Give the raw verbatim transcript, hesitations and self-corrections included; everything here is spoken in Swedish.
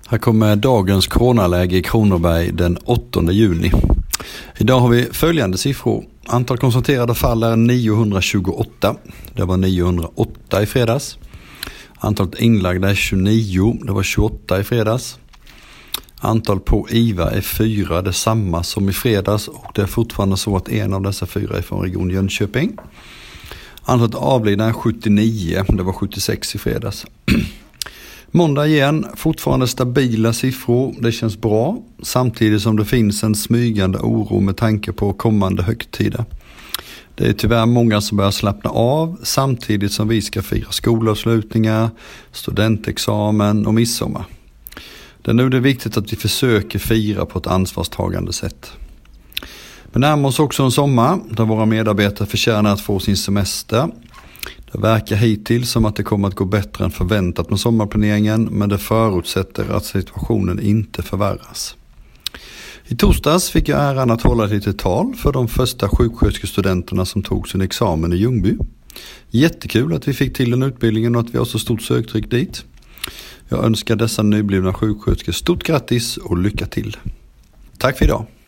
Här kommer dagens coronaläge i Kronoberg den åttonde juni. Idag har vi följande siffror. Antal konstaterade fall är niohundratjugoåtta. Det var niohundraåtta i fredags. Antalet inlagda är tjugonio. Det var tjugoåtta i fredags. Antal på I V A är fyra, det är samma som i fredags, och det är fortfarande så att en av dessa fyra är från region Jönköping. Antalet avlidna är sjuttionio, det var sjuttiosex i fredags. Måndag igen, fortfarande stabila siffror, det känns bra, samtidigt som det finns en smygande oro med tanke på kommande högtider. Det är tyvärr många som börjar slappna av samtidigt som vi ska fira skolavslutningar, studentexamen och midsommar. Det är nu det är viktigt att vi försöker fira på ett ansvarstagande sätt. Men närmar oss också en sommar där våra medarbetare förtjänar att få sin semester. Det verkar hittills som att det kommer att gå bättre än förväntat med sommarplaneringen, men det förutsätter att situationen inte förvärras. I torsdags fick jag äran att hålla ett litet tal för de första sjuksköterskestudenterna som tog sin examen i Ljungby. Jättekul att vi fick till den utbildningen och att vi har så stort söktryck dit. Jag önskar dessa nyblivna sjuksköterskor stort grattis och lycka till. Tack för idag.